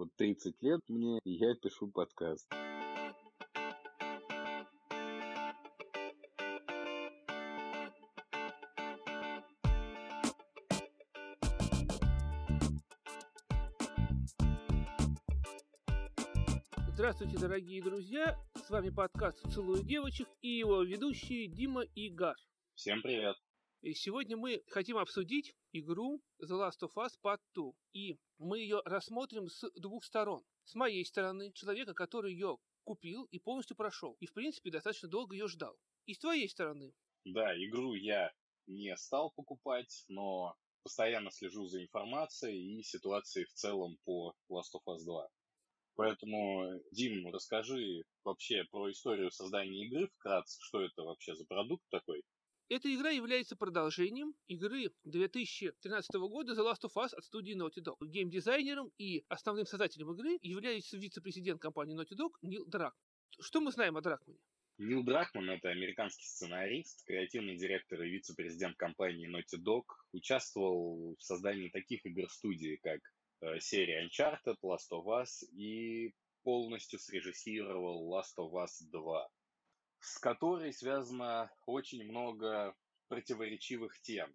Вот 30 лет мне, и я пишу подкаст. Здравствуйте, дорогие друзья! С вами подкаст «Целую девочек» и его ведущие Дима и Гар. Всем привет! И сегодня мы хотим обсудить игру The Last of Us Part 2. И мы ее рассмотрим с двух сторон. С моей стороны, человека, который ее купил и полностью прошел. И, в принципе, достаточно долго ее ждал. И с твоей стороны. Да, игру я не стал покупать, но постоянно слежу за информацией и ситуацией в целом по Last of Us 2. Поэтому, Дим, расскажи вообще про историю создания игры вкратце, что это вообще за продукт такой? Эта игра является продолжением игры 2013 года The Last of Us от студии Naughty Dog. Геймдизайнером и основным создателем игры является вице-президент компании Naughty Dog Нил Дракман. Что мы знаем о Дракмане? Нил Дракман — это американский сценарист, креативный директор и вице-президент компании Naughty Dog. Участвовал в создании таких игр студии, как серия Uncharted, Last of Us, и полностью срежиссировал Last of Us 2, с которой связано очень много противоречивых тем.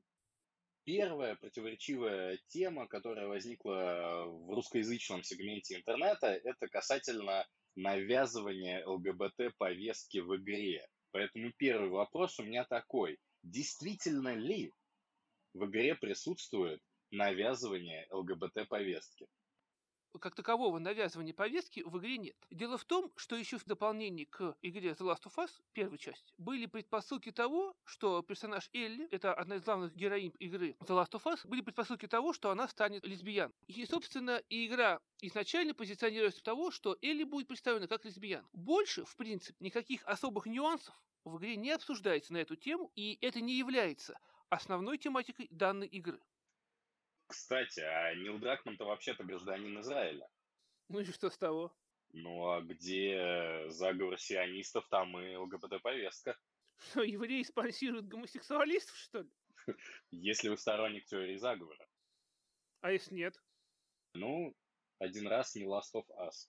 Первая противоречивая тема, которая возникла в русскоязычном сегменте интернета, это касательно навязывания ЛГБТ-повестки в игре. Поэтому первый вопрос у меня такой. Действительно ли в игре присутствует навязывание ЛГБТ-повестки? Как такового навязывания повестки в игре нет. Дело в том, что еще в дополнении к игре The Last of Us, первой части, были предпосылки того, что персонаж Элли, это одна из главных героинь игры The Last of Us, были предпосылки того, что она станет лесбиянкой. И, собственно, и игра изначально позиционируется того, что Элли будет представлена как лесбиянка. Больше, в принципе, никаких особых нюансов в игре не обсуждается на эту тему, и это не является основной тематикой данной игры. Кстати, а Нил Дракман-то вообще-то гражданин Израиля. Ну и что с того? Ну а где заговор сионистов, там и ЛГБТ-повестка. Что, евреи спонсируют гомосексуалистов, что ли? Если вы сторонник теории заговора. А если нет? Ну, один раз не Last of Us.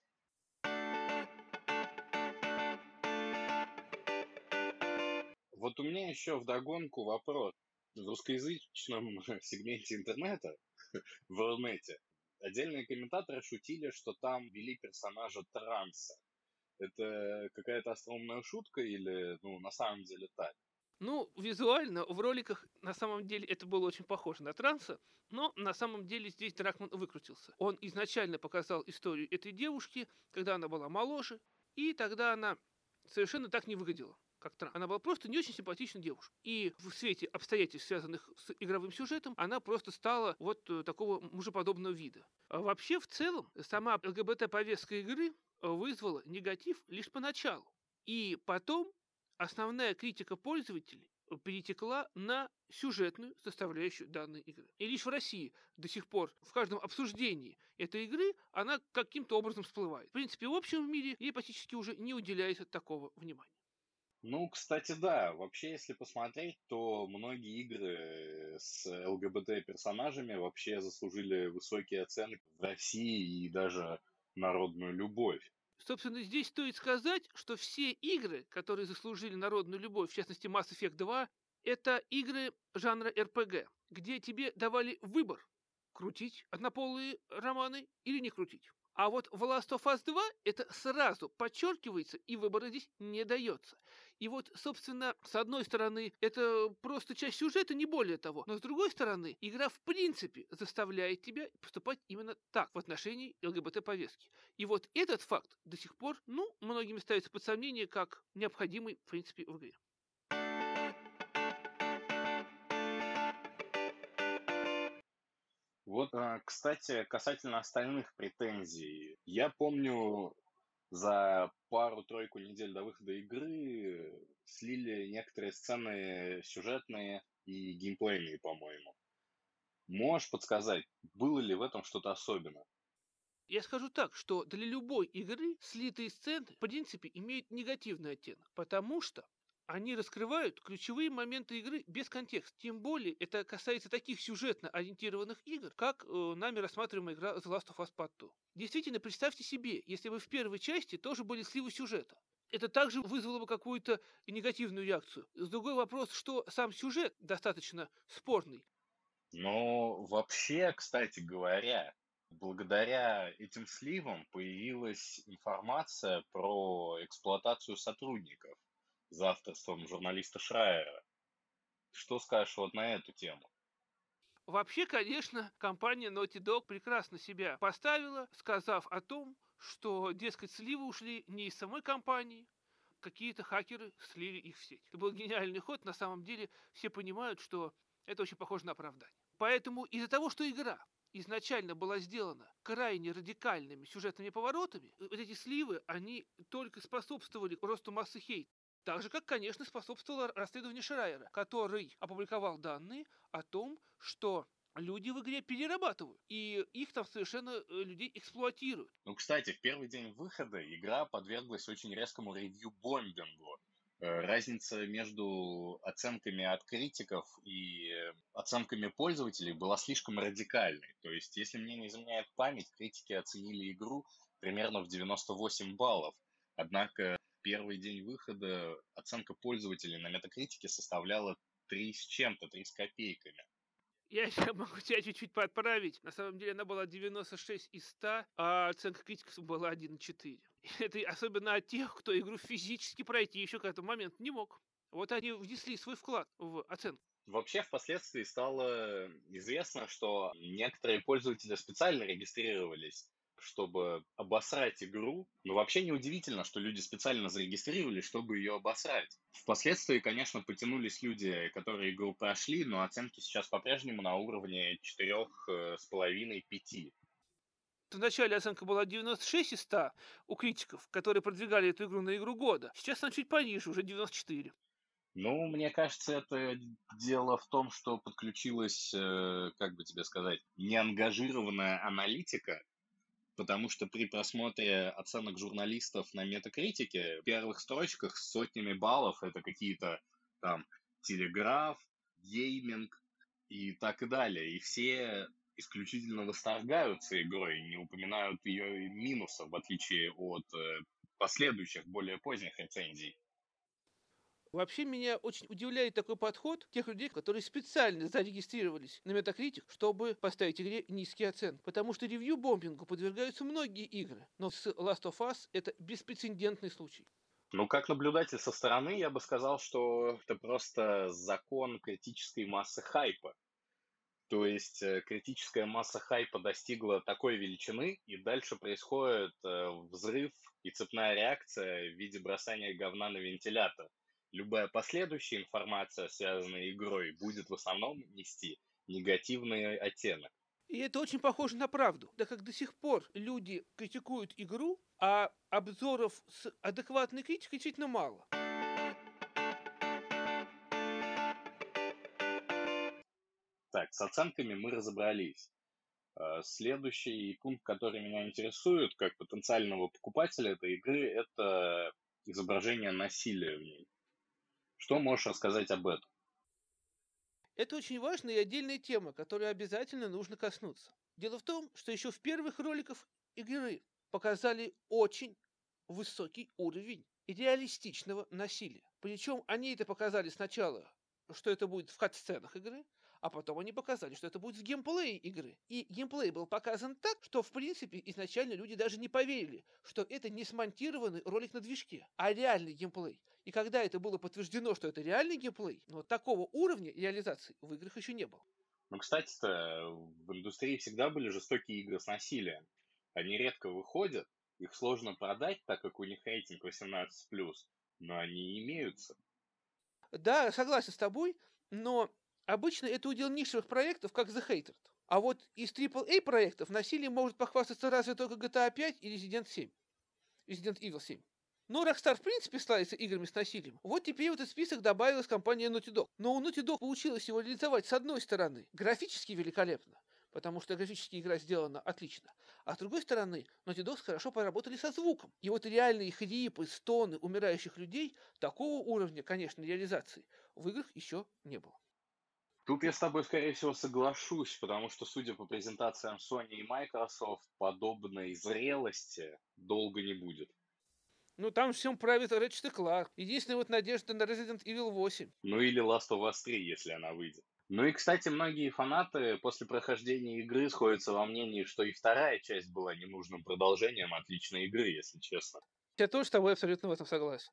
Вот у меня еще вдогонку вопрос. В русскоязычном сегменте интернета, в Рунете, отдельные комментаторы шутили, что там ввели персонажа транса. Это какая-то остроумная шутка или, на самом деле так? Ну, визуально в роликах на самом деле это было очень похоже на транса, но на самом деле здесь Дракман выкрутился. Он изначально показал историю этой девушки, когда она была моложе, и тогда она совершенно так не выглядела, как транс. Она была просто не очень симпатичной девушкой. И в свете обстоятельств, связанных с игровым сюжетом, она просто стала вот такого мужеподобного вида. А вообще, в целом, сама ЛГБТ-повестка игры вызвала негатив лишь поначалу. И потом основная критика пользователей перетекла на сюжетную составляющую данной игры. И лишь в России до сих пор в каждом обсуждении этой игры она каким-то образом всплывает. В принципе, в общем мире ей практически уже не уделяется такого внимания. Ну, кстати, да. Вообще, если посмотреть, то многие игры с ЛГБТ-персонажами вообще заслужили высокие оценки в России и даже народную любовь. Собственно, здесь стоит сказать, что все игры, которые заслужили народную любовь, в частности Mass Effect 2, это игры жанра RPG, где тебе давали выбор крутить однополые романы или не крутить. А вот в Last of Us 2 это сразу подчеркивается, и выбора здесь не дается. И вот, собственно, с одной стороны, это просто часть сюжета, не более того. Но с другой стороны, игра в принципе заставляет тебя поступать именно так в отношении ЛГБТ-повестки. И вот этот факт до сих пор, многими ставится под сомнение как необходимый, в принципе, в игре. Вот, кстати, касательно остальных претензий. Я помню, за пару-тройку недель до выхода игры слили некоторые сцены сюжетные и геймплейные, по-моему. Можешь подсказать, было ли в этом что-то особенное? Я скажу так, что для любой игры слитые сцены, в принципе, имеют негативный оттенок, потому что Они раскрывают ключевые моменты игры без контекста. Тем более это касается таких сюжетно ориентированных игр, как нами рассматриваемая игра The Last of Us Part 2. Действительно, представьте себе, если бы в первой части тоже были сливы сюжета. Это также вызвало бы какую-то негативную реакцию. Другой вопрос, что сам сюжет достаточно спорный. Но вообще, кстати говоря, благодаря этим сливам появилась информация про эксплуатацию сотрудников за авторством журналиста Шрайера. Что скажешь вот на эту тему? Вообще, конечно, компания Naughty Dog прекрасно себя поставила, сказав о том, что, дескать, сливы ушли не из самой компании, какие-то хакеры слили их в сеть. Это был гениальный ход, на самом деле все понимают, что это очень похоже на оправдание. Поэтому из-за того, что игра изначально была сделана крайне радикальными сюжетными поворотами, вот эти сливы, они только способствовали росту массы хейта. Так же, как, конечно, способствовало расследованию Шрайера, который опубликовал данные о том, что люди в игре перерабатывают, и их там совершенно людей эксплуатируют. Ну, кстати, в первый день выхода игра подверглась очень резкому ревью-бомбингу. Разница между оценками от критиков и оценками пользователей была слишком радикальной. То есть, если мне не изменяет память, критики оценили игру примерно в 98 баллов. Однако первый день выхода оценка пользователей на метакритике составляла 3 с чем-то, 3 с копейками. Я сейчас могу тебя чуть-чуть подправить. На самом деле она была 96 из 100, а оценка критиков была 1,4. Это особенно от тех, кто игру физически пройти еще к этому моменту не мог. Вот они внесли свой вклад в оценку. Вообще, впоследствии стало известно, что некоторые пользователи специально регистрировались, чтобы обосрать игру. Но вообще неудивительно, что люди специально зарегистрировались, чтобы ее обосрать. Впоследствии, конечно, потянулись люди, которые игру прошли, но оценки сейчас по-прежнему на уровне 4,5-5. Вначале оценка была 96 из 100 у критиков, которые продвигали эту игру на игру года. Сейчас она чуть пониже, уже 94. Ну, мне кажется, это дело в том, что подключилась, как бы тебе сказать, неангажированная аналитика, потому что при просмотре оценок журналистов на Метакритике в первых строчках с сотнями баллов это какие-то там Телеграф, Гейминг и так далее. И все исключительно восторгаются игрой, не упоминают ее минусов, в отличие от последующих, более поздних рецензий. Вообще меня очень удивляет такой подход тех людей, которые специально зарегистрировались на Metacritic, чтобы поставить игре низкие оценки. Потому что ревью-бомбингу подвергаются многие игры. Но с Last of Us это беспрецедентный случай. Ну, как наблюдатель со стороны, я бы сказал, что это просто закон критической массы хайпа. То есть критическая масса хайпа достигла такой величины, и дальше происходит взрыв и цепная реакция в виде бросания говна на вентилятор. Любая последующая информация, связанная с игрой, будет в основном нести негативный оттенок. И это очень похоже на правду, так как до сих пор люди критикуют игру, а обзоров с адекватной критикой действительно мало. Так, с оценками мы разобрались. Следующий пункт, который меня интересует как потенциального покупателя этой игры, это изображение насилия в ней. Что можешь рассказать об этом? Это очень важная и отдельная тема, которой обязательно нужно коснуться. Дело в том, что еще в первых роликах игры показали очень высокий уровень реалистичного насилия. Причем они это показали сначала, что это будет в кат-сценах игры, а потом они показали, что это будет в геймплее игры. И геймплей был показан так, что, в принципе, изначально люди даже не поверили, что это не смонтированный ролик на движке, а реальный геймплей. И когда это было подтверждено, что это реальный геймплей, но такого уровня реализации в играх еще не было. Ну, кстати-то, в индустрии всегда были жестокие игры с насилием. Они редко выходят, их сложно продать, так как у них рейтинг 18+, но они имеются. Да, согласен с тобой, но обычно это удел нишевых проектов, как The Hated. А вот из AAA проектов насилием может похвастаться разве только GTA 5 и Resident Evil 7. Но Rockstar в принципе славится играми с насилием. Вот теперь в этот список добавилась компания Naughty Dog. Но у Naughty Dog получилось его реализовать с одной стороны графически великолепно, потому что графически игра сделана отлично. А с другой стороны, Naughty Dog хорошо поработали со звуком. И вот реальные хрипы, стоны умирающих людей такого уровня, конечно, реализации в играх еще не было. Тут я с тобой, скорее всего, соглашусь, потому что, судя по презентациям Sony и Microsoft, подобной зрелости долго не будет. Ну, там всем правит Ratchet Clank. Единственная вот надежда на Resident Evil 8. Ну или Last of Us 3, если она выйдет. Ну и, кстати, многие фанаты после прохождения игры сходятся во мнении, что и вторая часть была ненужным продолжением отличной игры, если честно. Я тоже с тобой абсолютно в этом согласен.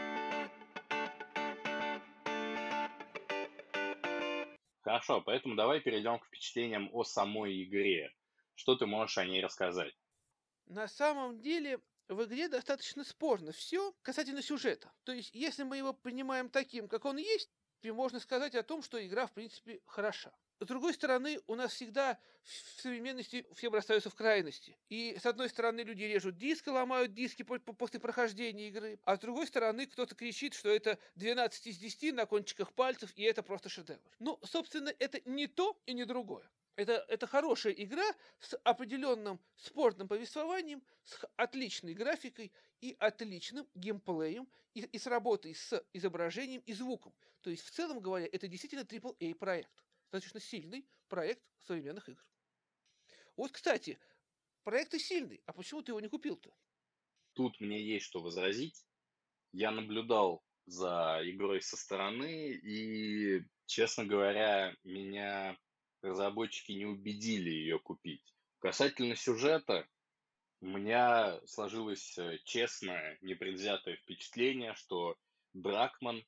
Хорошо, поэтому давай перейдем к впечатлениям о самой игре. Что ты можешь о ней рассказать? На самом деле, в игре достаточно спорно все касательно сюжета. То есть, если мы его принимаем таким, как он есть, то можно сказать о том, что игра, в принципе, хороша. С другой стороны, у нас всегда в современности все бросаются в крайности. И с одной стороны, люди режут диски, ломают диски после прохождения игры, а с другой стороны, кто-то кричит, что это 12 из 10 на кончиках пальцев, и это просто шедевр. Ну, собственно, это не то и не другое. Это хорошая игра с определенным спортным повествованием, с отличной графикой и отличным геймплеем, и с работой с изображением и звуком. То есть, в целом говоря, это действительно AAA проект. Достаточно сильный проект современных игр. Вот, кстати, проект и сильный, а почему ты его не купил-то? Тут мне есть что возразить. Я наблюдал за игрой со стороны, и, честно говоря, меня разработчики не убедили ее купить. Касательно сюжета, у меня сложилось честное, непредвзятое впечатление, что Дракман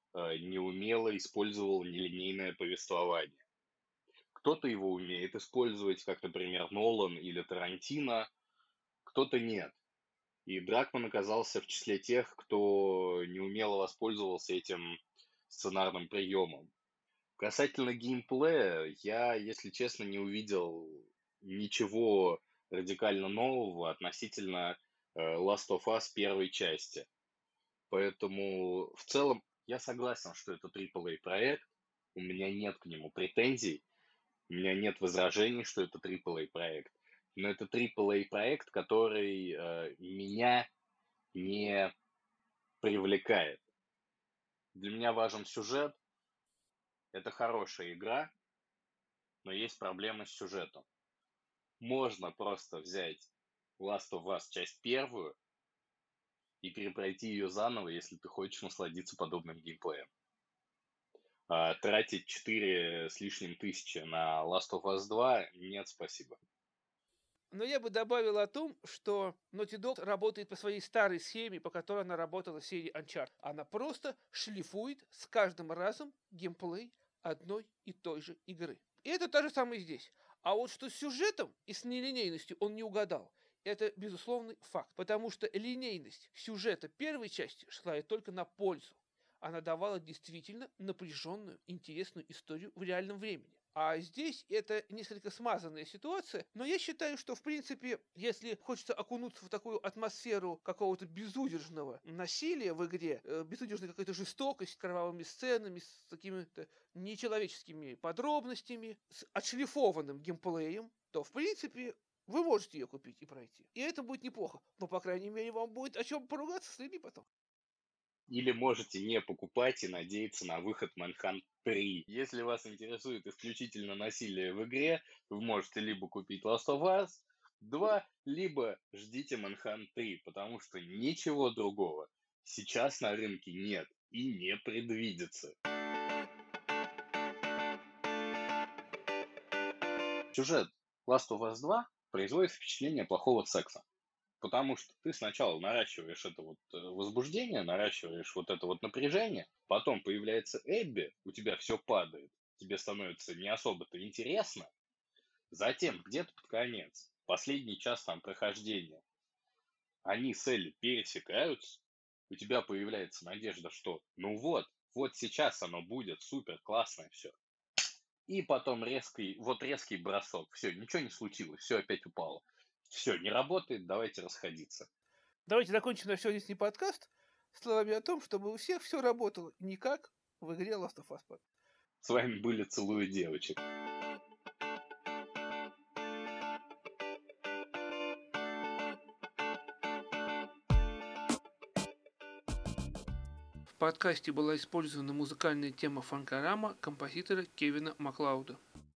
неумело использовал нелинейное повествование. Кто-то его умеет использовать, как, например, Нолан или Тарантино, кто-то нет. И Дракман оказался в числе тех, кто неумело воспользовался этим сценарным приемом. Касательно геймплея, я, если честно, не увидел ничего радикально нового относительно Last of Us первой части. Поэтому в целом я согласен, что это AAA проект, у меня нет к нему претензий, у меня нет возражений, что это AAA проект. Но это AAA проект, который меня не привлекает. Для меня важен сюжет. Это хорошая игра, но есть проблемы с сюжетом. Можно просто взять Last of Us часть первую и перепройти ее заново, если ты хочешь насладиться подобным геймплеем. Тратить 4 с лишним тысячи на Last of Us 2 нет, спасибо. Но я бы добавил о том, что Naughty Dog работает по своей старой схеме, по которой она работала в серии Uncharted. Она просто шлифует с каждым разом геймплей одной и той же игры. И это то же самое здесь. А вот что с сюжетом и с нелинейностью он не угадал, это безусловный факт. Потому что линейность сюжета первой части шла ей только на пользу. Она давала действительно напряженную, интересную историю в реальном времени. А здесь это несколько смазанная ситуация, но я считаю, что, в принципе, если хочется окунуться в такую атмосферу какого-то безудержного насилия в игре, безудержной какой-то жестокости, кровавыми сценами, с какими-то нечеловеческими подробностями, с отшлифованным геймплеем, то, в принципе, вы можете ее купить и пройти. И это будет неплохо. Но, по крайней мере, вам будет о чем поругаться с людьми потом. Или можете не покупать и надеяться на выход Manhunt 3. Если вас интересует исключительно насилие в игре, вы можете либо купить Last of Us 2, либо ждите Manhunt 3, потому что ничего другого сейчас на рынке нет и не предвидится. Сюжет Last of Us 2 производит впечатление плохого секса. Потому что ты сначала наращиваешь это вот возбуждение, наращиваешь вот это вот напряжение, потом появляется Эбби, у тебя все падает, тебе становится не особо-то интересно, затем где-то под конец, последний час там прохождения, они с Элли пересекаются, у тебя появляется надежда, что ну вот сейчас оно будет, супер, классное все. И потом резкий бросок, все, ничего не случилось, все опять упало. Все, не работает, давайте расходиться. Давайте закончим наш сегодняшний подкаст словами о том, чтобы у всех все работало не как в игре Last of Us. С вами были «Целую девочек». В подкасте была использована музыкальная тема Фанкорама композитора Кевина Маклауда.